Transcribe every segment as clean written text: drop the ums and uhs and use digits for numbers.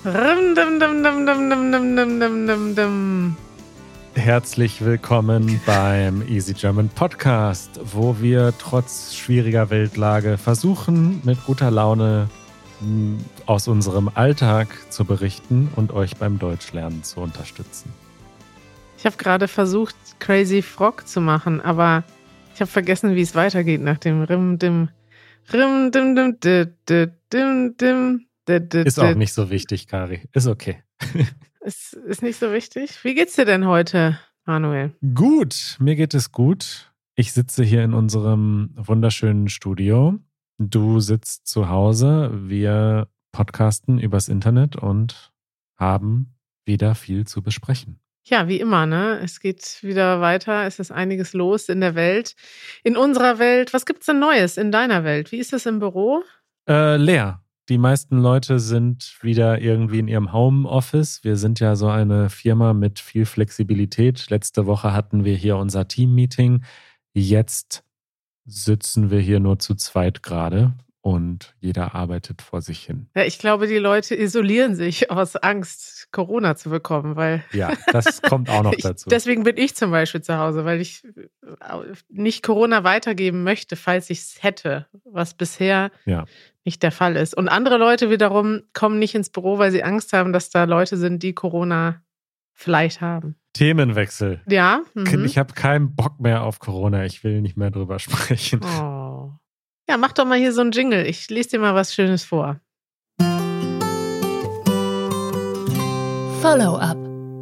Herzlich willkommen beim Easy German Podcast, wo wir trotz schwieriger Weltlage versuchen, mit guter Laune aus unserem Alltag zu berichten und euch beim Deutschlernen zu unterstützen. Ich habe gerade versucht, Crazy Frog zu machen, aber ich habe vergessen, wie es weitergeht nach dem Rim-Dim. Ist auch nicht so wichtig, Kari. Ist okay. Ist nicht so wichtig. Wie geht's dir denn heute, Manuel? Gut, mir geht es gut. Ich sitze hier in unserem wunderschönen Studio. Du sitzt zu Hause. Wir podcasten übers Internet und haben wieder viel zu besprechen. Ja, wie immer, ne? Es geht wieder weiter. Es ist einiges los in der Welt. In unserer Welt. Was gibt's denn Neues in deiner Welt? Wie ist es im Büro? Leer. Die meisten Leute sind wieder irgendwie in ihrem Homeoffice. Wir sind ja so eine Firma mit viel Flexibilität. Letzte Woche hatten wir hier unser Team-Meeting. Jetzt sitzen wir hier nur zu zweit gerade und jeder arbeitet vor sich hin. Ja, ich glaube, die Leute isolieren sich aus Angst, Corona zu bekommen, weil... Ja, das kommt auch noch dazu. Deswegen bin ich zum Beispiel zu Hause, weil ich nicht Corona weitergeben möchte, falls ich es hätte, was bisher nicht der Fall ist. Und andere Leute wiederum kommen nicht ins Büro, weil sie Angst haben, dass da Leute sind, die Corona vielleicht haben. Themenwechsel. Ja. Ich habe keinen Bock mehr auf Corona. Ich will nicht mehr drüber sprechen. Oh. Ja, mach doch mal hier so einen Jingle. Ich lese dir mal was Schönes vor. Follow-up.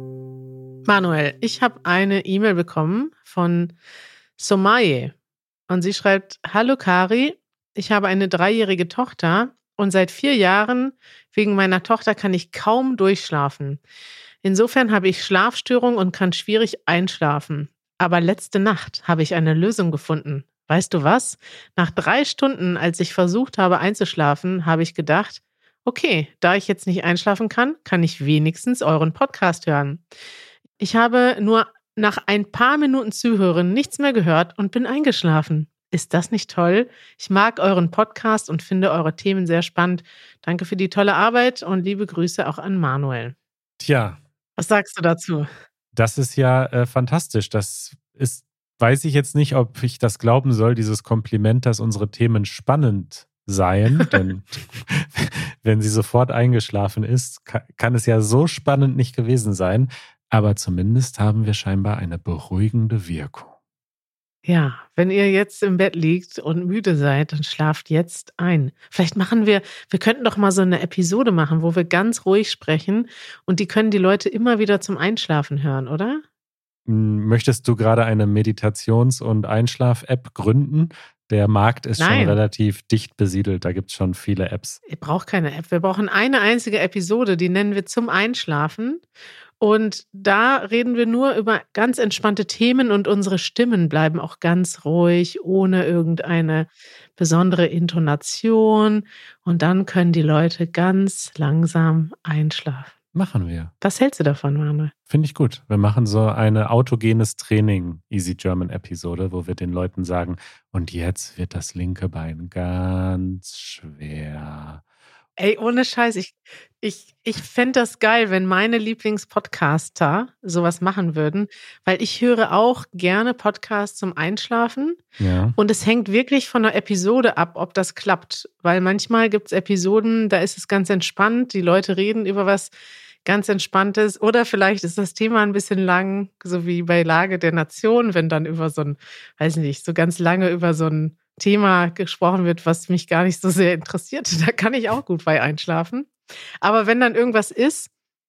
Manuel, ich habe eine E-Mail bekommen von Somaye. Und sie schreibt: Hallo Kari, ich habe eine 3-jährige Tochter und seit 4 Jahren wegen meiner Tochter kann ich kaum durchschlafen. Insofern habe ich Schlafstörungen und kann schwierig einschlafen. Aber letzte Nacht habe ich eine Lösung gefunden. Weißt du was? Nach 3 Stunden, als ich versucht habe einzuschlafen, habe ich gedacht, okay, da ich jetzt nicht einschlafen kann, kann ich wenigstens euren Podcast hören. Ich habe nur nach ein paar Minuten Zuhören nichts mehr gehört und bin eingeschlafen. Ist das nicht toll? Ich mag euren Podcast und finde eure Themen sehr spannend. Danke für die tolle Arbeit und liebe Grüße auch an Manuel. Tja. Was sagst du dazu? Das ist ja fantastisch. Das ist, weiß ich jetzt nicht, ob ich das glauben soll, dieses Kompliment, dass unsere Themen spannend seien. Denn wenn sie sofort eingeschlafen ist, kann es ja so spannend nicht gewesen sein. Aber zumindest haben wir scheinbar eine beruhigende Wirkung. Ja, wenn ihr jetzt im Bett liegt und müde seid, dann schlaft jetzt ein. Vielleicht wir könnten doch mal so eine Episode machen, wo wir ganz ruhig sprechen und die können die Leute immer wieder zum Einschlafen hören, oder? Möchtest du gerade eine Meditations- und Einschlaf-App gründen? Der Markt ist schon relativ dicht besiedelt, da gibt es schon viele Apps. Ihr braucht keine App, wir brauchen eine einzige Episode, die nennen wir zum Einschlafen. Und da reden wir nur über ganz entspannte Themen und unsere Stimmen bleiben auch ganz ruhig, ohne irgendeine besondere Intonation. Und dann können die Leute ganz langsam einschlafen. Machen wir. Was hältst du davon, Manuel? Finde ich gut. Wir machen so eine autogenes Training Easy German Episode, wo wir den Leuten sagen, und jetzt wird das linke Bein ganz schwer. Ey, ohne Scheiß, ich fände das geil, wenn meine Lieblingspodcaster sowas machen würden, weil ich höre auch gerne Podcasts zum Einschlafen. Ja. Und es hängt wirklich von der Episode ab, ob das klappt. Weil manchmal gibt es Episoden, da ist es ganz entspannt, die Leute reden über was ganz Entspanntes. Oder vielleicht ist das Thema ein bisschen lang, so wie bei Lage der Nation, wenn dann über so ein, weiß nicht, so ganz lange über so ein Thema gesprochen wird, was mich gar nicht so sehr interessiert. Da kann ich auch gut bei einschlafen. Aber wenn dann irgendwas ist,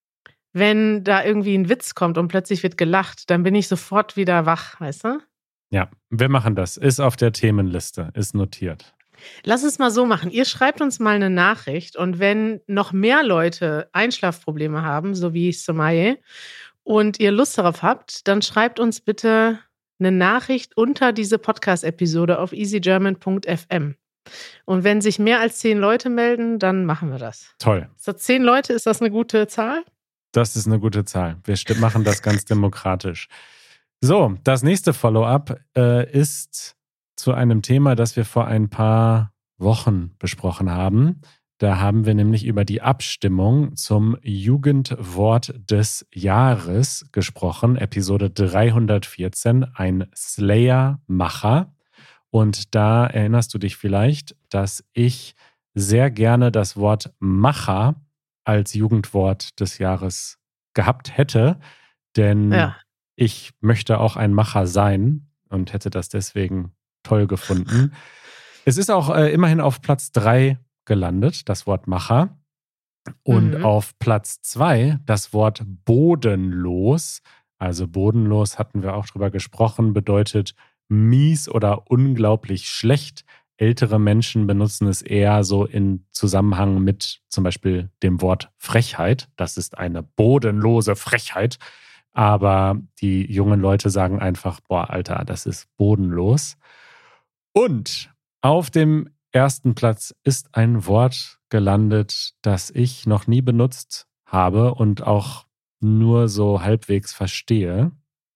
wenn da irgendwie ein Witz kommt und plötzlich wird gelacht, dann bin ich sofort wieder wach, weißt du? Ja, wir machen das. Ist auf der Themenliste, ist notiert. Lass es mal so machen. Ihr schreibt uns mal eine Nachricht und wenn noch mehr Leute Einschlafprobleme haben, so wie Somaye, und ihr Lust darauf habt, dann schreibt uns bitte eine Nachricht unter diese Podcast-Episode auf easygerman.fm. Und wenn sich mehr als 10 Leute melden, dann machen wir das. Toll. So 10 Leute, ist das eine gute Zahl? Das ist eine gute Zahl. Wir machen das ganz demokratisch. So, das nächste Follow-up ist zu einem Thema, das wir vor ein paar Wochen besprochen haben. Da haben wir nämlich über die Abstimmung zum Jugendwort des Jahres gesprochen. Episode 314, ein Slayer-Macher. Und da erinnerst du dich vielleicht, dass ich sehr gerne das Wort Macher als Jugendwort des Jahres gehabt hätte. Denn ich möchte auch ein Macher sein und hätte das deswegen toll gefunden. Es ist auch immerhin auf Platz 3 gelandet, das Wort Macher. Und auf Platz 2 das Wort bodenlos. Also bodenlos hatten wir auch drüber gesprochen, bedeutet mies oder unglaublich schlecht. Ältere Menschen benutzen es eher so in Zusammenhang mit zum Beispiel dem Wort Frechheit. Das ist eine bodenlose Frechheit. Aber die jungen Leute sagen einfach, boah, Alter, das ist bodenlos. Und auf dem ersten Platz ist ein Wort gelandet, das ich noch nie benutzt habe und auch nur so halbwegs verstehe.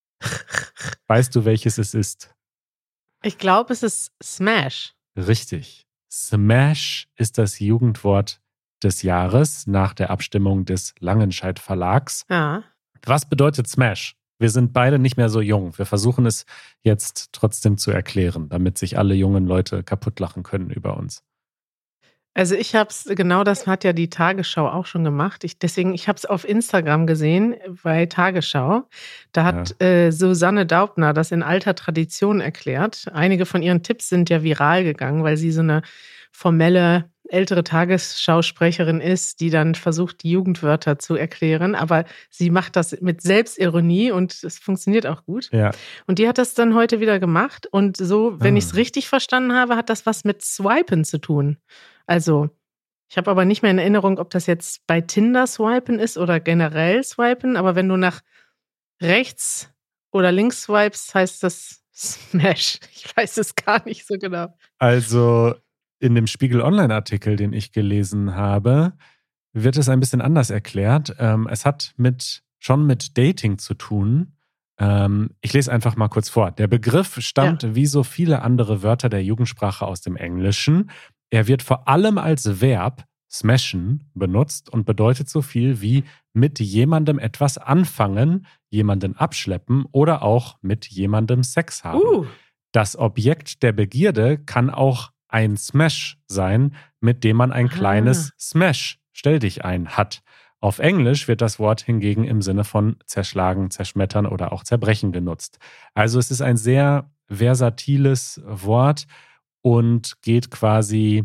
Weißt du, welches es ist? Ich glaube, es ist Smash. Richtig. Smash ist das Jugendwort des Jahres nach der Abstimmung des Langenscheidt Verlags. Ja. Was bedeutet Smash? Wir sind beide nicht mehr so jung. Wir versuchen es jetzt trotzdem zu erklären, damit sich alle jungen Leute kaputt lachen können über uns. Also genau das hat ja die Tagesschau auch schon gemacht. Ich habe es auf Instagram gesehen bei Tagesschau. Da hat Susanne Daubner das in alter Tradition erklärt. Einige von ihren Tipps sind ja viral gegangen, weil sie so eine formelle, ältere Tagesschausprecherin ist, die dann versucht, die Jugendwörter zu erklären. Aber sie macht das mit Selbstironie und es funktioniert auch gut. Ja. Und die hat das dann heute wieder gemacht. Und so, wenn ich es richtig verstanden habe, hat das was mit Swipen zu tun. Also, ich habe aber nicht mehr in Erinnerung, ob das jetzt bei Tinder Swipen ist oder generell Swipen. Aber wenn du nach rechts oder links swipest, heißt das Smash. Ich weiß es gar nicht so genau. Also in dem Spiegel Online-Artikel, den ich gelesen habe, wird es ein bisschen anders erklärt. Es hat schon mit Dating zu tun. Ich lese einfach mal kurz vor. Der Begriff stammt wie so viele andere Wörter der Jugendsprache aus dem Englischen. Er wird vor allem als Verb, smashen, benutzt und bedeutet so viel wie mit jemandem etwas anfangen, jemanden abschleppen oder auch mit jemandem Sex haben. Das Objekt der Begierde kann auch ein Smash sein, mit dem man ein kleines Smash, stell dich ein, hat. Auf Englisch wird das Wort hingegen im Sinne von zerschlagen, zerschmettern oder auch zerbrechen genutzt. Also es ist ein sehr versatiles Wort und geht quasi,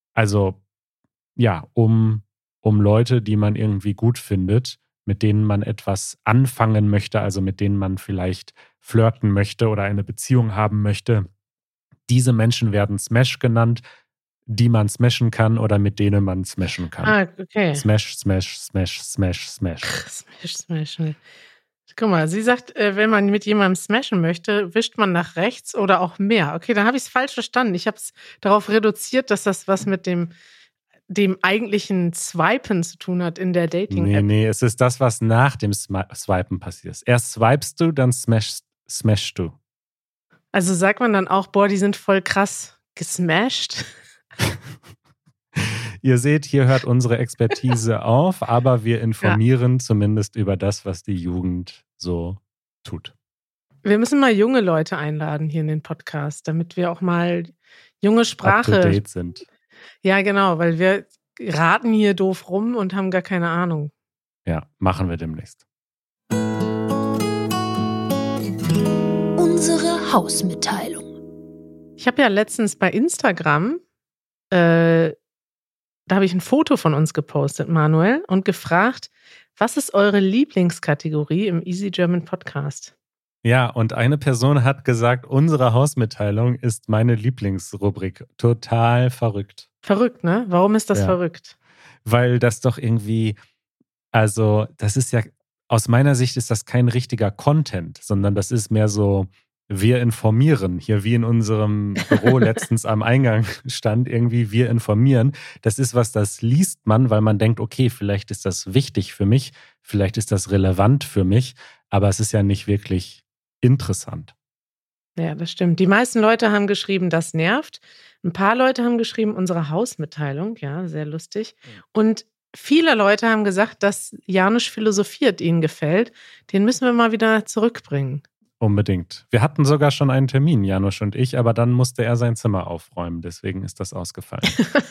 um Leute, die man irgendwie gut findet, mit denen man etwas anfangen möchte, also mit denen man vielleicht flirten möchte oder eine Beziehung haben möchte. Diese Menschen werden Smash genannt, die man smashen kann oder mit denen man smashen kann. Okay. Smash, Smash, Smash, Smash, Smash. Smash. Guck mal, sie sagt, wenn man mit jemandem smashen möchte, wischt man nach rechts oder auch mehr. Okay, dann habe ich es falsch verstanden. Ich habe es darauf reduziert, dass das was mit dem eigentlichen Swipen zu tun hat in der Dating-App. Nee, es ist das, was nach dem Swipen passiert. Erst swipest du, dann smashst du. Also sagt man dann auch, boah, die sind voll krass gesmashed. Ihr seht, hier hört unsere Expertise auf, aber wir informieren zumindest über das, was die Jugend so tut. Wir müssen mal junge Leute einladen hier in den Podcast, damit wir auch mal junge Sprache up to date sind. Ja, genau, weil wir raten hier doof rum und haben gar keine Ahnung. Ja, machen wir demnächst. Unsere Hausmitteilung. Ich habe ja letztens bei Instagram, da habe ich ein Foto von uns gepostet, Manuel, und gefragt, was ist eure Lieblingskategorie im Easy German Podcast? Ja, und eine Person hat gesagt, unsere Hausmitteilung ist meine Lieblingsrubrik. Total verrückt. Verrückt, ne? Warum ist das verrückt? Weil das doch irgendwie, also das ist ja, aus meiner Sicht ist das kein richtiger Content, sondern das ist mehr so, wir informieren. Hier wie in unserem Büro letztens am Eingang stand, irgendwie wir informieren. Das ist was, das liest man, weil man denkt, okay, vielleicht ist das wichtig für mich, vielleicht ist das relevant für mich, aber es ist ja nicht wirklich interessant. Ja, das stimmt. Die meisten Leute haben geschrieben, das nervt. Ein paar Leute haben geschrieben, unsere Hausmitteilung, ja, sehr lustig. Und viele Leute haben gesagt, dass Janusz philosophiert ihnen gefällt. Den müssen wir mal wieder zurückbringen. Unbedingt. Wir hatten sogar schon einen Termin, Janusz und ich, aber dann musste er sein Zimmer aufräumen. Deswegen ist das ausgefallen.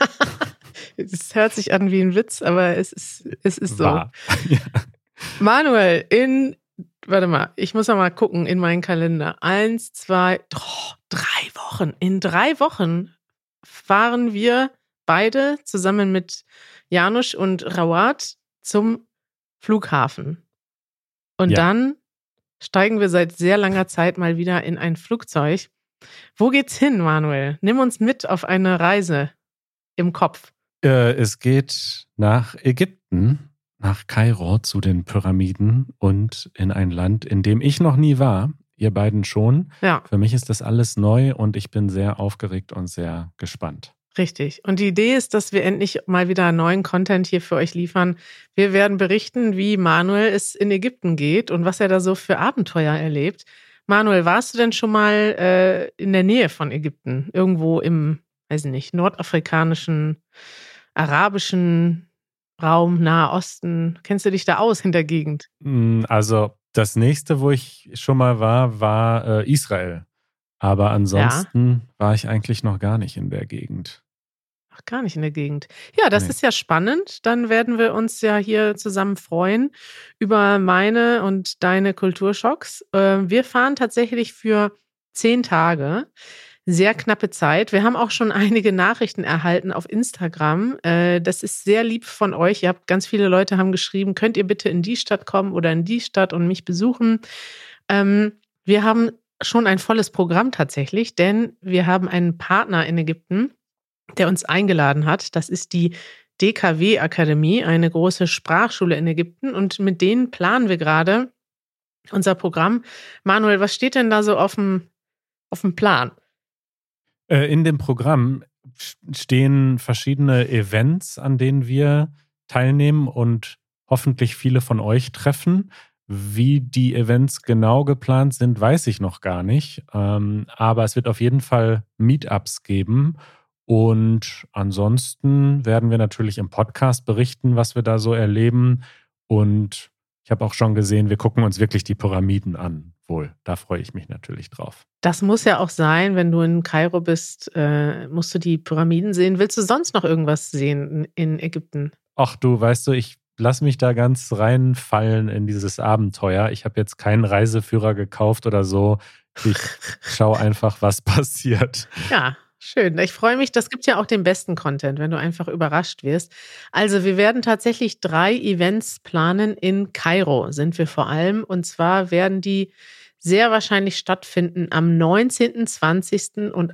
Es hört sich an wie ein Witz, aber es ist so. Wahr. Ja. Manuel, warte mal, ich muss mal gucken in meinen Kalender. 1, 2, 3 Wochen. In 3 Wochen fahren wir beide zusammen mit Janusz und Rawat zum Flughafen. Und dann steigen wir seit sehr langer Zeit mal wieder in ein Flugzeug. Wo geht's hin, Manuel? Nimm uns mit auf eine Reise im Kopf. Es geht nach Ägypten, nach Kairo zu den Pyramiden und in ein Land, in dem ich noch nie war. Ihr beiden schon. Ja. Für mich ist das alles neu und ich bin sehr aufgeregt und sehr gespannt. Richtig. Und die Idee ist, dass wir endlich mal wieder neuen Content hier für euch liefern. Wir werden berichten, wie Manuel es in Ägypten geht und was er da so für Abenteuer erlebt. Manuel, warst du denn schon mal in der Nähe von Ägypten? Irgendwo im, weiß ich nicht, nordafrikanischen, arabischen Raum, Nahe Osten? Kennst du dich da aus in der Gegend? Also das nächste, wo ich schon mal war Israel. Aber ansonsten war ich eigentlich noch gar nicht in der Gegend. Ach, gar nicht in der Gegend. Ja, das ist ja spannend. Dann werden wir uns ja hier zusammen freuen über meine und deine Kulturschocks. Wir fahren tatsächlich für 10 Tage. Sehr knappe Zeit. Wir haben auch schon einige Nachrichten erhalten auf Instagram. Das ist sehr lieb von euch. Ganz viele Leute haben geschrieben, könnt ihr bitte in die Stadt kommen oder in die Stadt und mich besuchen. Wir haben schon ein volles Programm tatsächlich, denn wir haben einen Partner in Ägypten, der uns eingeladen hat. Das ist die DKW-Akademie, eine große Sprachschule in Ägypten. Und mit denen planen wir gerade unser Programm. Manuel, was steht denn da so auf dem Plan? In dem Programm stehen verschiedene Events, an denen wir teilnehmen und hoffentlich viele von euch treffen. Wie die Events genau geplant sind, weiß ich noch gar nicht. Aber es wird auf jeden Fall Meetups geben. Und ansonsten werden wir natürlich im Podcast berichten, was wir da so erleben. Und ich habe auch schon gesehen, wir gucken uns wirklich die Pyramiden an. Wohl, da freue ich mich natürlich drauf. Das muss ja auch sein, wenn du in Kairo bist, musst du die Pyramiden sehen. Willst du sonst noch irgendwas sehen in Ägypten? Ach du, weißt du, ich lass mich da ganz reinfallen in dieses Abenteuer. Ich habe jetzt keinen Reiseführer gekauft oder so. Ich schaue einfach, was passiert. Ja, schön. Ich freue mich. Das gibt ja auch den besten Content, wenn du einfach überrascht wirst. Also wir werden tatsächlich 3 Events planen. In Kairo sind wir vor allem. Und zwar werden die sehr wahrscheinlich stattfinden am 19., 20. und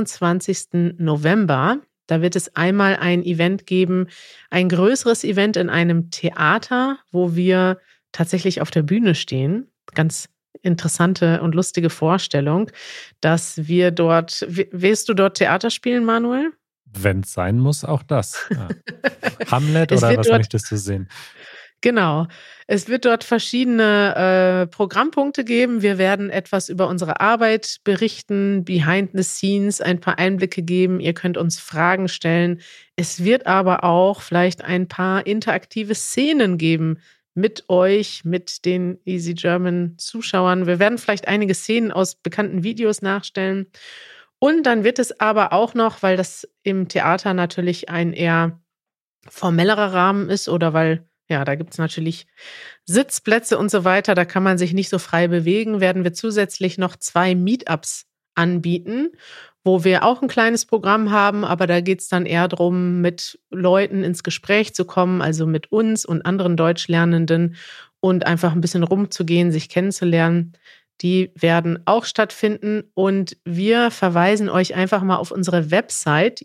21. November. Da wird es einmal ein Event geben, ein größeres Event in einem Theater, wo wir tatsächlich auf der Bühne stehen. Ganz interessante und lustige Vorstellung, dass wir dort, willst du dort Theater spielen, Manuel? Wenn es sein muss, auch das. Ja. Hamlet oder was möchtest du sehen? Genau. Es wird dort verschiedene Programmpunkte geben. Wir werden etwas über unsere Arbeit berichten, behind the scenes, ein paar Einblicke geben. Ihr könnt uns Fragen stellen. Es wird aber auch vielleicht ein paar interaktive Szenen geben mit euch, mit den Easy German Zuschauern. Wir werden vielleicht einige Szenen aus bekannten Videos nachstellen. Und dann wird es aber auch noch, weil das im Theater natürlich ein eher formellerer Rahmen ist oder weil da gibt es natürlich Sitzplätze und so weiter, da kann man sich nicht so frei bewegen, werden wir zusätzlich noch 2 Meetups anbieten, wo wir auch ein kleines Programm haben, aber da geht es dann eher darum, mit Leuten ins Gespräch zu kommen, also mit uns und anderen Deutschlernenden und einfach ein bisschen rumzugehen, sich kennenzulernen. Die werden auch stattfinden und wir verweisen euch einfach mal auf unsere Website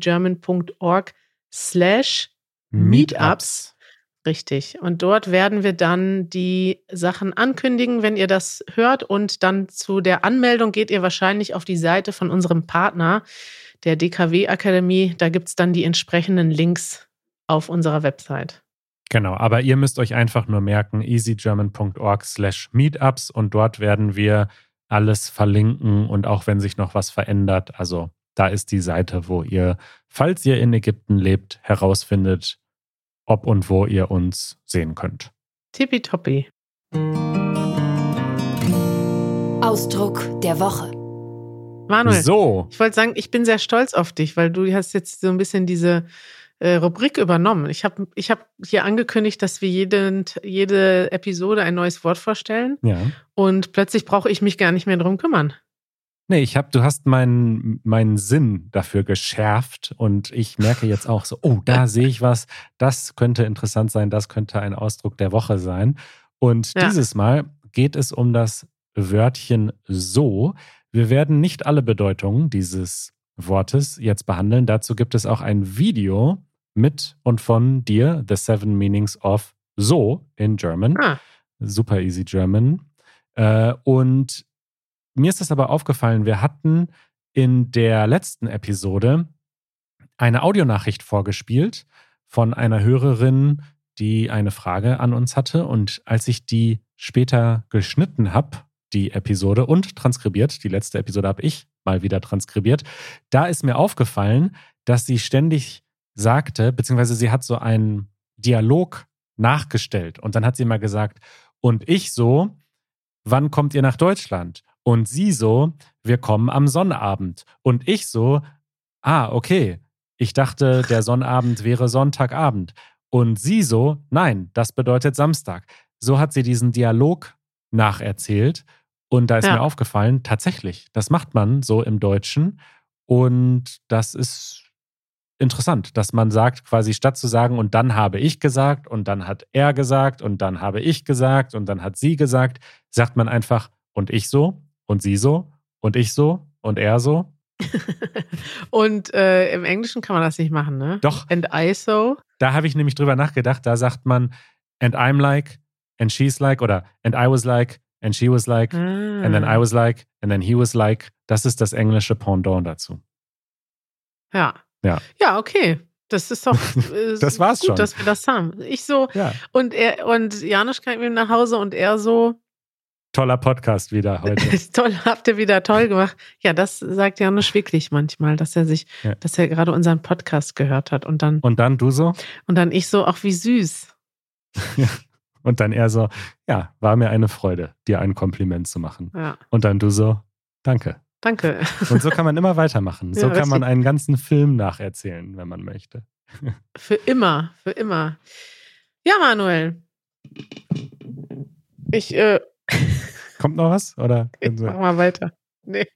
easygerman.org/meetups. Richtig. Und dort werden wir dann die Sachen ankündigen, wenn ihr das hört. Und dann zu der Anmeldung geht ihr wahrscheinlich auf die Seite von unserem Partner, der DKW-Akademie. Da gibt es dann die entsprechenden Links auf unserer Website. Genau, aber ihr müsst euch einfach nur merken, easygerman.org/meetups und dort werden wir alles verlinken und auch wenn sich noch was verändert, also da ist die Seite, wo ihr, falls ihr in Ägypten lebt, herausfindet, ob und wo ihr uns sehen könnt. Tippitoppi. Ausdruck der Woche. Manuel, So, ich wollte sagen, ich bin sehr stolz auf dich, weil du hast jetzt so ein bisschen diese Rubrik übernommen. Ich hab hier angekündigt, dass wir jede Episode ein neues Wort vorstellen ja. und plötzlich brauche ich mich gar nicht mehr drum kümmern. Nee, du hast meinen Sinn dafür geschärft und ich merke jetzt auch so, oh, da sehe ich was, das könnte interessant sein, das könnte ein Ausdruck der Woche sein. Und dieses Mal geht es um das Wörtchen so. Wir werden nicht alle Bedeutungen dieses Wortes jetzt behandeln. Dazu gibt es auch ein Video mit und von dir, The 7 Meanings of so in German. Super easy German. Und mir ist das aber aufgefallen, wir hatten in der letzten Episode eine Audionachricht vorgespielt von einer Hörerin, die eine Frage an uns hatte. Und als ich die später geschnitten habe, die Episode und transkribiert, die letzte Episode habe ich mal wieder transkribiert, da ist mir aufgefallen, dass sie ständig sagte, beziehungsweise sie hat so einen Dialog nachgestellt. Und dann hat sie mal gesagt, und ich so, wann kommt ihr nach Deutschland? Und sie so, wir kommen am Sonnabend. Und ich so, okay, ich dachte, der Sonnabend wäre Sonntagabend. Und sie so, nein, das bedeutet Samstag. So hat sie diesen Dialog nacherzählt. Und da ist mir aufgefallen, tatsächlich, das macht man so im Deutschen. Und das ist interessant, dass man sagt, quasi statt zu sagen, und dann habe ich gesagt, und dann hat er gesagt, und dann habe ich gesagt, und dann hat sie gesagt, sagt man einfach, und ich so, und sie so, und ich so, und er so. Und im Englischen kann man das nicht machen, ne? Doch. And I so. Da habe ich nämlich drüber nachgedacht, da sagt man, and I'm like, and she's like, oder and I was like, and she was like, and then I was like, and then he was like. Das ist das englische Pendant dazu. Ja, okay. Das ist doch das war's gut, schon, dass wir das haben. Ich so, und Janusz kam mit ihm nach Hause und er so. Toller Podcast wieder heute. Toll, habt ihr wieder toll gemacht. Ja, das sagt Janusz wirklich manchmal, dass er gerade unseren Podcast gehört hat und dann du so? Und dann ich so, ach wie süß. Ja. Und dann er so, ja, war mir eine Freude, dir ein Kompliment zu machen. Ja. Und dann du so, danke. Danke. Und so kann man immer weitermachen. So kann man einen ganzen Film nacherzählen, wenn man möchte. Für immer, für immer. Ja, Manuel. Kommt noch was? Oder? Mach mal weiter. Nee.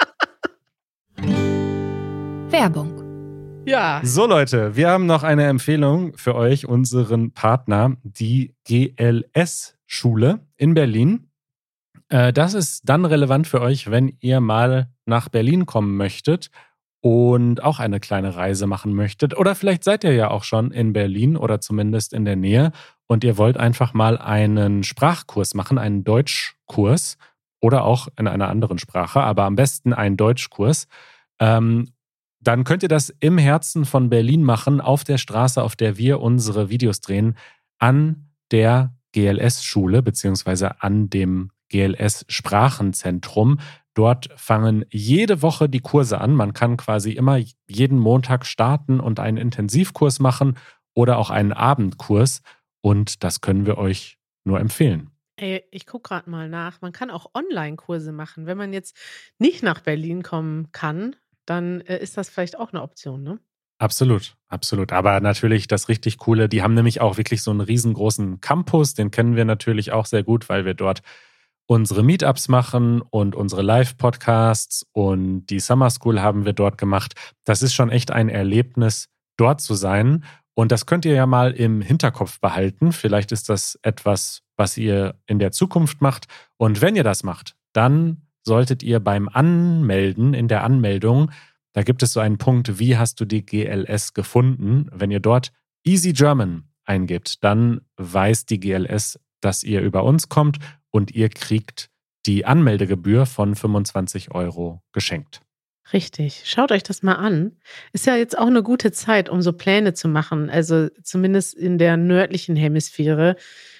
Werbung. Ja. So Leute, wir haben noch eine Empfehlung für euch, unseren Partner, die GLS-Schule in Berlin. Das ist dann relevant für euch, wenn ihr mal nach Berlin kommen möchtet und auch eine kleine Reise machen möchtet. Oder vielleicht seid ihr ja auch schon in Berlin oder zumindest in der Nähe und ihr wollt einfach mal einen Sprachkurs machen, einen Deutschkurs oder auch in einer anderen Sprache, aber am besten einen Deutschkurs. Dann könnt ihr das im Herzen von Berlin machen, auf der Straße, auf der wir unsere Videos drehen, an der GLS-Schule beziehungsweise an dem GLS-Sprachenzentrum. Dort fangen jede Woche die Kurse an. Man kann quasi immer jeden Montag starten und einen Intensivkurs machen oder auch einen Abendkurs. Und das können wir euch nur empfehlen. Ey, ich gucke gerade mal nach. Man kann auch Online-Kurse machen. Wenn man jetzt nicht nach Berlin kommen kann, dann ist das vielleicht auch eine Option, ne? Absolut, absolut. Aber natürlich das richtig Coole, die haben nämlich auch wirklich so einen riesengroßen Campus, den kennen wir natürlich auch sehr gut, weil wir dort unsere Meetups machen und unsere Live-Podcasts und die Summer School haben wir dort gemacht. Das ist schon echt ein Erlebnis, dort zu sein. Und das könnt ihr ja mal im Hinterkopf behalten. Vielleicht ist das etwas, was ihr in der Zukunft macht. Und wenn ihr das macht, dann solltet ihr beim Anmelden, in der Anmeldung, da gibt es so einen Punkt, wie hast du die GLS gefunden? Wenn ihr dort Easy German eingebt, dann weiß die GLS, dass ihr über uns kommt und ihr kriegt die Anmeldegebühr von 25 € geschenkt. Richtig. Schaut euch das mal an. Ist ja jetzt auch eine gute Zeit, um so Pläne zu machen. Also zumindest in der nördlichen Hemisphäre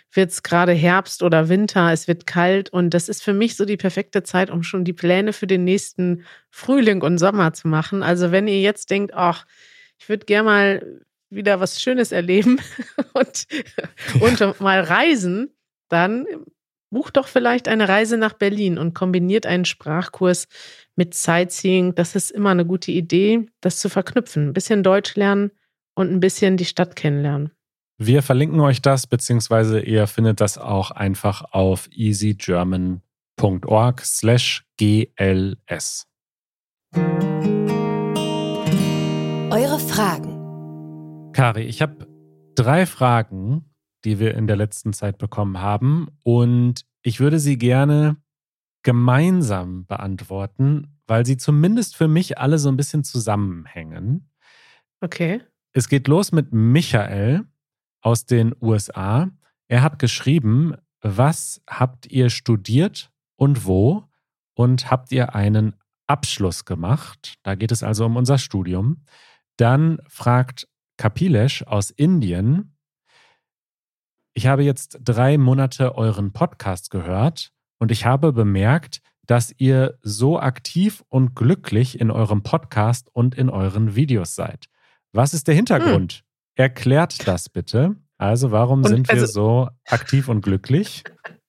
wird es gerade Herbst oder Winter, es wird kalt und das ist für mich so die perfekte Zeit, um schon die Pläne für den nächsten Frühling und Sommer zu machen. Also wenn ihr jetzt denkt, ach, ich würde gerne mal wieder was Schönes erleben und mal reisen, dann bucht doch vielleicht eine Reise nach Berlin und kombiniert einen Sprachkurs mit Sightseeing. Das ist immer eine gute Idee, das zu verknüpfen. Ein bisschen Deutsch lernen und ein bisschen die Stadt kennenlernen. Wir verlinken euch das, beziehungsweise ihr findet das auch einfach auf easygerman.org/gls. Eure Fragen. Kari, ich habe 3 Fragen, die wir in der letzten Zeit bekommen haben. Und ich würde sie gerne gemeinsam beantworten, weil sie zumindest für mich alle so ein bisschen zusammenhängen. Okay. Es geht los mit Michael aus den USA. Er hat geschrieben, was habt ihr studiert und wo? Und habt ihr einen Abschluss gemacht? Da geht es also um unser Studium. Dann fragt Kapilesh aus Indien, ich habe jetzt 3 Monate euren Podcast gehört und ich habe bemerkt, dass ihr so aktiv und glücklich in eurem Podcast und in euren Videos seid. Was ist der Hintergrund? Erklärt das bitte. Also warum sind wir so aktiv und glücklich?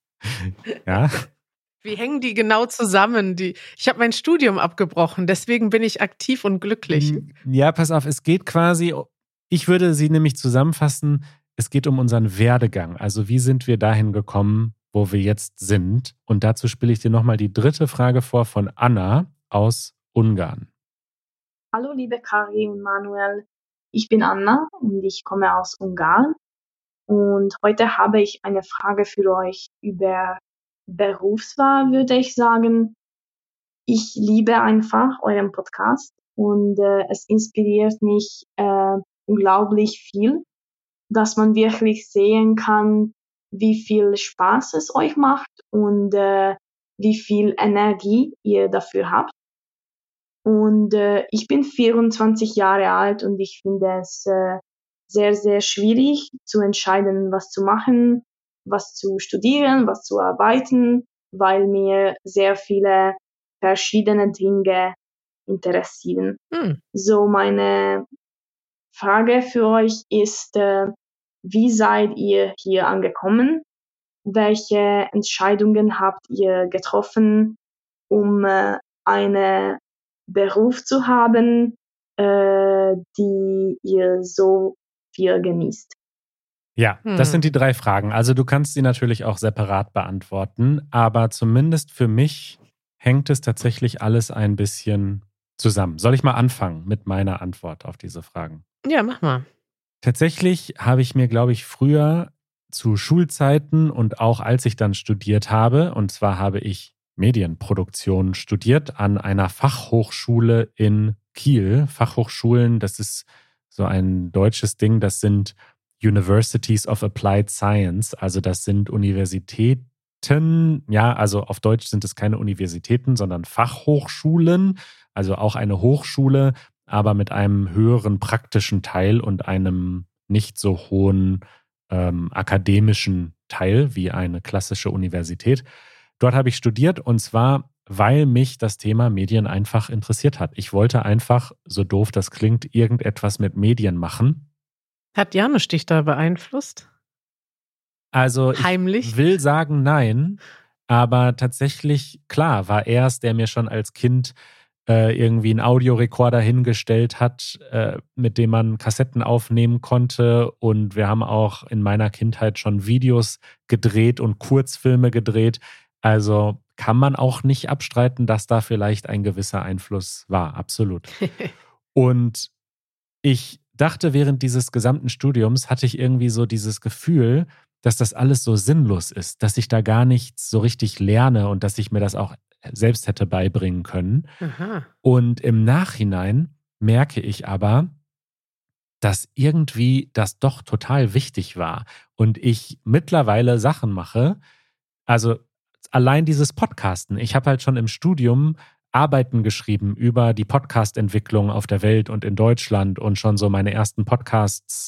Ja. Wie hängen die genau zusammen? Ich habe mein Studium abgebrochen, deswegen bin ich aktiv und glücklich. Ja, pass auf, es geht quasi, ich würde sie nämlich zusammenfassen, es geht um unseren Werdegang. Also wie sind wir dahin gekommen, wo wir jetzt sind? Und dazu spiele ich dir nochmal die 3. Frage vor von Anna aus Ungarn. Hallo liebe Kari und Manuel, ich bin Anna und ich komme aus Ungarn. Und heute habe ich eine Frage für euch über Berufswahl, würde ich sagen. Ich liebe einfach euren Podcast und es inspiriert mich unglaublich viel, dass man wirklich sehen kann, wie viel Spaß es euch macht und wie viel Energie ihr dafür habt. Und ich bin 24 Jahre alt und ich finde es sehr, sehr schwierig zu entscheiden, was zu machen, was zu studieren, was zu arbeiten, weil mir sehr viele verschiedene Dinge interessieren. So meine Frage für euch ist, wie seid ihr hier angekommen? Welche Entscheidungen habt ihr getroffen, um einen Beruf zu haben, die ihr so viel genießt? Ja, das sind die 3 Fragen. Also du kannst sie natürlich auch separat beantworten, aber zumindest für mich hängt es tatsächlich alles ein bisschen zusammen. Soll ich mal anfangen mit meiner Antwort auf diese Fragen? Ja, mach mal. Tatsächlich habe ich mir, glaube ich, früher zu Schulzeiten und auch als ich dann studiert habe, und zwar habe ich Medienproduktion studiert an einer Fachhochschule in Kiel. Fachhochschulen, das ist so ein deutsches Ding, das sind Universities of Applied Science, also das sind Universitäten, ja, also auf Deutsch sind es keine Universitäten, sondern Fachhochschulen, also auch eine Hochschule, aber mit einem höheren praktischen Teil und einem nicht so hohen akademischen Teil wie eine klassische Universität. Dort habe ich studiert und zwar, weil mich das Thema Medien einfach interessiert hat. Ich wollte einfach, so doof das klingt, irgendetwas mit Medien machen. Hat Janusz dich da beeinflusst? Also heimlich? Ich will sagen nein, aber tatsächlich, klar, war er es, der mir schon als Kind irgendwie einen Audiorekorder hingestellt hat, mit dem man Kassetten aufnehmen konnte. Und wir haben auch in meiner Kindheit schon Videos gedreht und Kurzfilme gedreht. Also kann man auch nicht abstreiten, dass da vielleicht ein gewisser Einfluss war. Absolut. Und ich dachte, während dieses gesamten Studiums hatte ich irgendwie so dieses Gefühl, dass das alles so sinnlos ist, dass ich da gar nichts so richtig lerne und dass ich mir das auch selbst hätte beibringen können. Aha. Und im Nachhinein merke ich aber, dass irgendwie das doch total wichtig war und ich mittlerweile Sachen mache, also allein dieses Podcasten. Ich habe halt schon im Studium Arbeiten geschrieben über die Podcast-Entwicklung auf der Welt und in Deutschland und schon so meine ersten Podcasts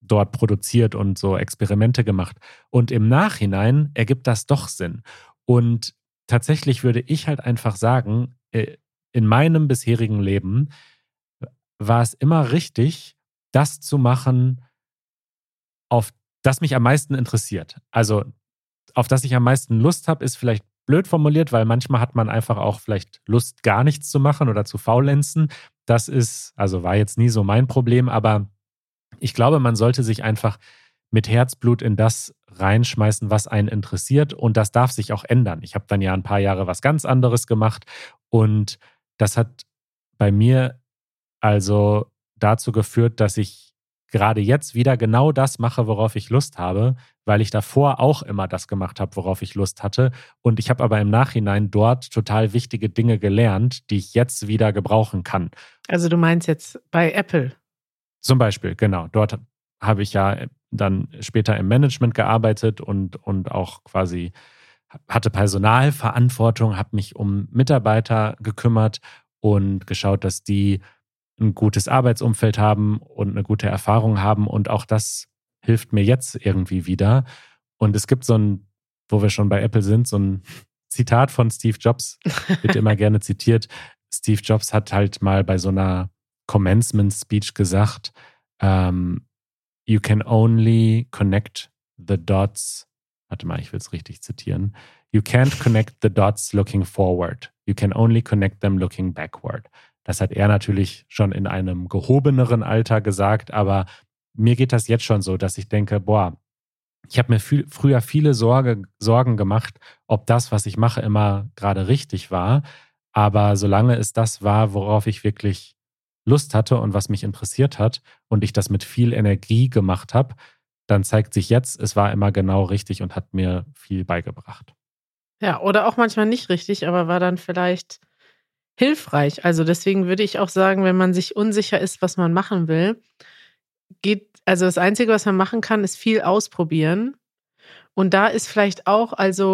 dort produziert und so Experimente gemacht. Und im Nachhinein ergibt das doch Sinn. Und tatsächlich würde ich halt einfach sagen, in meinem bisherigen Leben war es immer richtig, das zu machen, auf das mich am meisten interessiert. Also auf das ich am meisten Lust habe, ist vielleicht blöd formuliert, weil manchmal hat man einfach auch vielleicht Lust, gar nichts zu machen oder zu faulenzen. War jetzt nie so mein Problem, aber ich glaube, man sollte sich einfach mit Herzblut in das reinschmeißen, was einen interessiert, und das darf sich auch ändern. Ich habe dann ja ein paar Jahre was ganz anderes gemacht und das hat bei mir also dazu geführt, dass ich gerade jetzt wieder genau das mache, worauf ich Lust habe, weil ich davor auch immer das gemacht habe, worauf ich Lust hatte. Und ich habe aber im Nachhinein dort total wichtige Dinge gelernt, die ich jetzt wieder gebrauchen kann. Also du meinst jetzt bei Apple? Zum Beispiel, genau. Dort habe ich ja dann später im Management gearbeitet und auch quasi hatte Personalverantwortung, habe mich um Mitarbeiter gekümmert und geschaut, dass die ein gutes Arbeitsumfeld haben und eine gute Erfahrung haben. Und auch das hilft mir jetzt irgendwie wieder. Und es gibt wo wir schon bei Apple sind, so ein Zitat von Steve Jobs, wird immer gerne zitiert. Steve Jobs hat halt mal bei so einer Commencement Speech gesagt, you can only connect the dots. Warte mal, ich will es richtig zitieren. You can't connect the dots looking forward. You can only connect them looking backward. Das hat er natürlich schon in einem gehobeneren Alter gesagt, aber mir geht das jetzt schon so, dass ich denke, ich habe mir früher viele Sorgen gemacht, ob das, was ich mache, immer gerade richtig war. Aber solange es das war, worauf ich wirklich Lust hatte und was mich interessiert hat und ich das mit viel Energie gemacht habe, dann zeigt sich jetzt, es war immer genau richtig und hat mir viel beigebracht. Ja, oder auch manchmal nicht richtig, aber war dann vielleicht hilfreich. Also deswegen würde ich auch sagen, wenn man sich unsicher ist, was man machen will, also das Einzige, was man machen kann, ist viel ausprobieren. Und da ist vielleicht auch,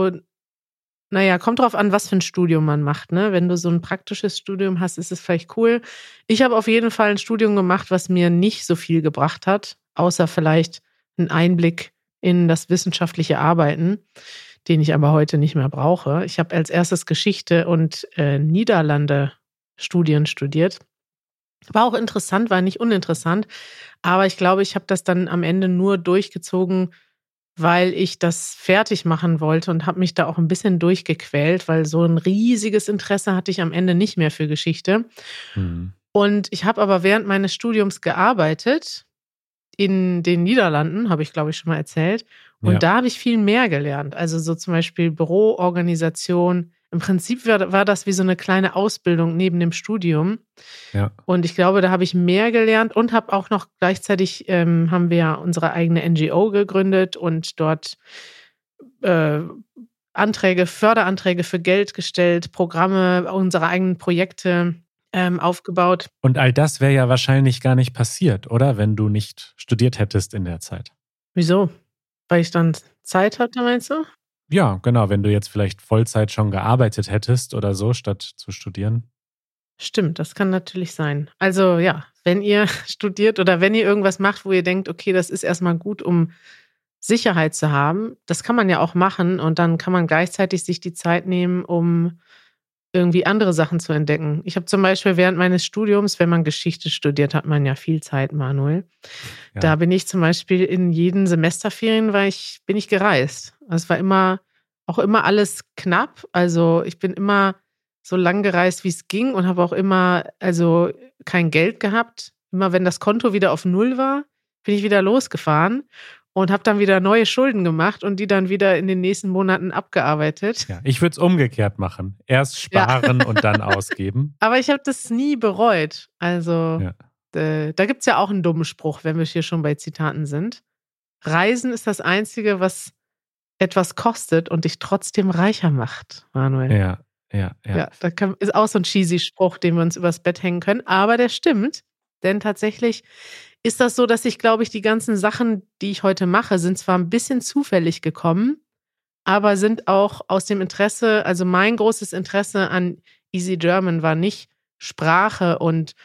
kommt drauf an, was für ein Studium man macht, ne? Wenn du so ein praktisches Studium hast, ist es vielleicht cool. Ich habe auf jeden Fall ein Studium gemacht, was mir nicht so viel gebracht hat, außer vielleicht einen Einblick in das wissenschaftliche Arbeiten, den ich aber heute nicht mehr brauche. Ich habe als erstes Geschichte und Niederlande-Studien studiert. War auch interessant, war nicht uninteressant, aber ich glaube, ich habe das dann am Ende nur durchgezogen, weil ich das fertig machen wollte und habe mich da auch ein bisschen durchgequält, weil so ein riesiges Interesse hatte ich am Ende nicht mehr für Geschichte. Mhm. Und ich habe aber während meines Studiums gearbeitet in den Niederlanden, habe ich, glaube ich, schon mal erzählt. Und da habe ich viel mehr gelernt. Also so zum Beispiel Büroorganisation. Im Prinzip war das wie so eine kleine Ausbildung neben dem Studium. Ja. Und ich glaube, da habe ich mehr gelernt und habe auch noch gleichzeitig, haben wir ja unsere eigene NGO gegründet und dort Förderanträge für Geld gestellt, Programme, unsere eigenen Projekte aufgebaut. Und all das wäre ja wahrscheinlich gar nicht passiert, oder? Wenn du nicht studiert hättest in der Zeit. Wieso? Weil ich dann Zeit hatte, meinst du? Ja, genau. Wenn du jetzt vielleicht Vollzeit schon gearbeitet hättest oder so, statt zu studieren. Stimmt, das kann natürlich sein. Also ja, wenn ihr studiert oder wenn ihr irgendwas macht, wo ihr denkt, okay, das ist erstmal gut, um Sicherheit zu haben, das kann man ja auch machen und dann kann man gleichzeitig sich die Zeit nehmen, um irgendwie andere Sachen zu entdecken. Ich habe zum Beispiel während meines Studiums, wenn man Geschichte studiert, hat man ja viel Zeit, Manuel. Ja. Da bin ich zum Beispiel in jeden Semesterferien bin ich gereist. Es war immer alles knapp. Also ich bin immer so lang gereist, wie es ging und habe auch immer kein Geld gehabt. Immer wenn das Konto wieder auf Null war, bin ich wieder losgefahren. Und habe dann wieder neue Schulden gemacht und die dann wieder in den nächsten Monaten abgearbeitet. Ja, ich würde es umgekehrt machen. Erst sparen und dann ausgeben. Aber ich habe das nie bereut. Also da gibt es ja auch einen dummen Spruch, wenn wir hier schon bei Zitaten sind. Reisen ist das Einzige, was etwas kostet und dich trotzdem reicher macht, Manuel. Ja, ist auch so ein cheesy Spruch, den wir uns übers Bett hängen können. Aber der stimmt, denn tatsächlich ist das so, dass ich, glaube ich, die ganzen Sachen, die ich heute mache, sind zwar ein bisschen zufällig gekommen, aber sind auch aus dem Interesse, also mein großes Interesse an Easy German war nicht Sprache und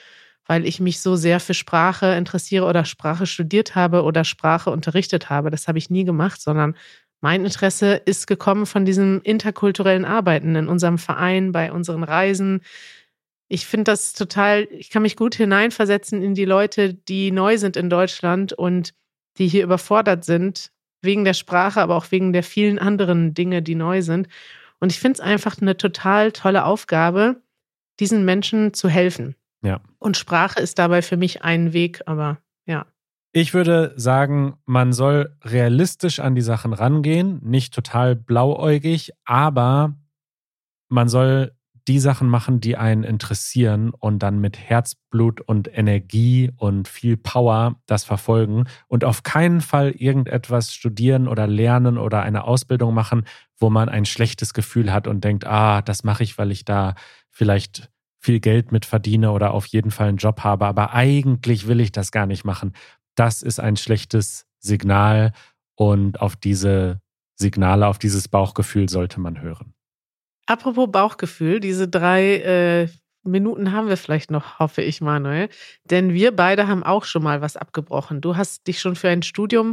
weil ich mich so sehr für Sprache interessiere oder Sprache studiert habe oder Sprache unterrichtet habe. Das habe ich nie gemacht, sondern mein Interesse ist gekommen von diesem interkulturellen Arbeiten in unserem Verein, bei unseren Reisen. Ich finde das total, ich kann mich gut hineinversetzen in die Leute, die neu sind in Deutschland und die hier überfordert sind, wegen der Sprache, aber auch wegen der vielen anderen Dinge, die neu sind. Und ich finde es einfach eine total tolle Aufgabe, diesen Menschen zu helfen. Ja. Und Sprache ist dabei für mich ein Weg, aber ja. Ich würde sagen, man soll realistisch an die Sachen rangehen, nicht total blauäugig, aber man soll die Sachen machen, die einen interessieren und dann mit Herzblut und Energie und viel Power das verfolgen und auf keinen Fall irgendetwas studieren oder lernen oder eine Ausbildung machen, wo man ein schlechtes Gefühl hat und denkt, das mache ich, weil ich da vielleicht viel Geld mit verdiene oder auf jeden Fall einen Job habe, aber eigentlich will ich das gar nicht machen. Das ist ein schlechtes Signal und auf diese Signale, auf dieses Bauchgefühl sollte man hören. Apropos Bauchgefühl, diese 3 Minuten haben wir vielleicht noch, hoffe ich, Manuel. Denn wir beide haben auch schon mal was abgebrochen. Du hast dich schon für ein Studium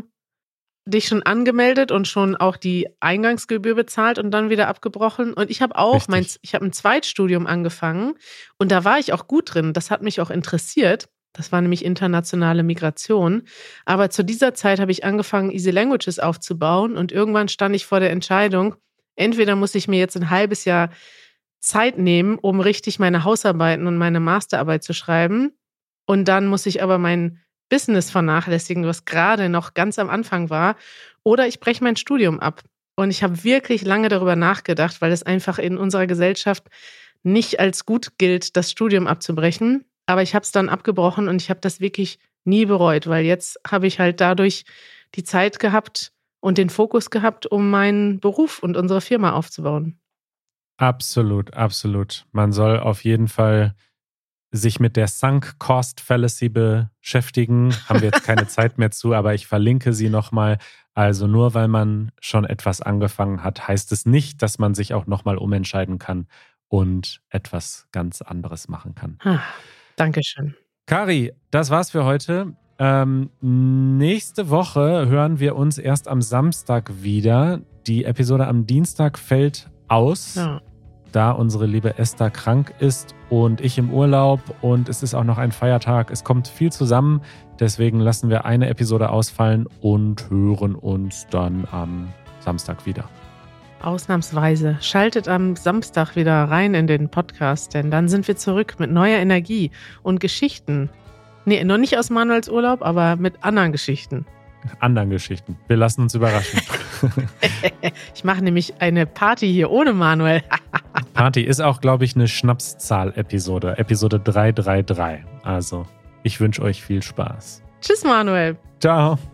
angemeldet und schon auch die Eingangsgebühr bezahlt und dann wieder abgebrochen. Und ich habe auch ich habe ein Zweitstudium angefangen und da war ich auch gut drin. Das hat mich auch interessiert. Das war nämlich internationale Migration. Aber zu dieser Zeit habe ich angefangen, Easy Languages aufzubauen und irgendwann stand ich vor der Entscheidung, entweder muss ich mir jetzt ein halbes Jahr Zeit nehmen, um richtig meine Hausarbeiten und meine Masterarbeit zu schreiben. Und dann muss ich aber mein Business vernachlässigen, was gerade noch ganz am Anfang war. Oder ich breche mein Studium ab. Und ich habe wirklich lange darüber nachgedacht, weil es einfach in unserer Gesellschaft nicht als gut gilt, das Studium abzubrechen. Aber ich habe es dann abgebrochen und ich habe das wirklich nie bereut, weil jetzt habe ich halt dadurch die Zeit gehabt und den Fokus gehabt, um meinen Beruf und unsere Firma aufzubauen. Absolut, absolut. Man soll auf jeden Fall sich mit der Sunk Cost Fallacy beschäftigen. Haben wir jetzt keine Zeit mehr zu, aber ich verlinke sie nochmal. Also nur weil man schon etwas angefangen hat, heißt es nicht, dass man sich auch nochmal umentscheiden kann und etwas ganz anderes machen kann. Dankeschön. Kari, das war's für heute. Nächste Woche hören wir uns erst am Samstag wieder. Die Episode am Dienstag fällt aus, da unsere liebe Esther krank ist und ich im Urlaub und es ist auch noch ein Feiertag. Es kommt viel zusammen, deswegen lassen wir eine Episode ausfallen und hören uns dann am Samstag wieder. Ausnahmsweise. Schaltet am Samstag wieder rein in den Podcast, denn dann sind wir zurück mit neuer Energie und Geschichten. Nee, noch nicht aus Manuels Urlaub, aber mit anderen Geschichten. Anderen Geschichten. Wir lassen uns überraschen. Ich mache nämlich eine Party hier ohne Manuel. Party ist auch, glaube ich, eine Schnapszahl-Episode. Episode 333. Also, ich wünsche euch viel Spaß. Tschüss, Manuel. Ciao.